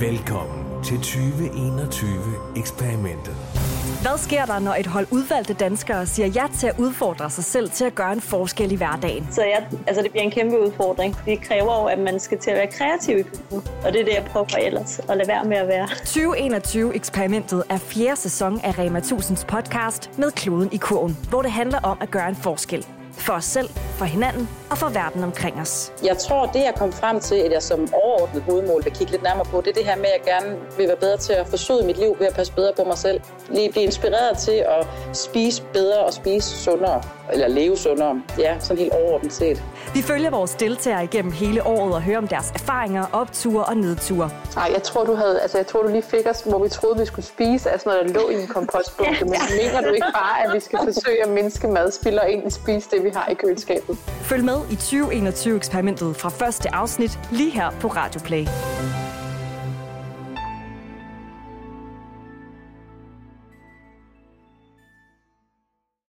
Velkommen til 2021-eksperimentet. Hvad sker der, når et hold udvalgte danskere siger ja til at udfordre sig selv til at gøre en forskel i hverdagen? Så det bliver en kæmpe udfordring. Det kræver jo, at man skal til at være kreativ i køkkenet. Og det er det, jeg prøver ellers at lade være med at være. 2021-eksperimentet er 4. sæson af Rema 1000's podcast Med kloden i kurven, hvor det handler om at gøre en forskel. For os selv, for hinanden og for verden omkring os. Jeg tror, det jeg kom frem til, at jeg som overordnet hovedmål vil kigge lidt nærmere på, det er det her med, at jeg gerne vil være bedre til at forsøge mit liv ved at passe bedre på mig selv. Lige blive inspireret til at spise bedre og spise sundere, eller leve sundere. Ja, sådan helt overordnet set. Vi følger vores deltagere igennem hele året og hører om deres erfaringer, opture og nedture. Nej, jeg tror, du lige fik os, hvor vi troede, vi skulle spise af sådan noget, der lå i en kompostbunke. Men mener du ikke bare, at vi skal forsøge at mindske madspild og egentlig spise det, vi har i køleskabet? Følg med i 2021-eksperimentet fra første afsnit lige her på Radio Play.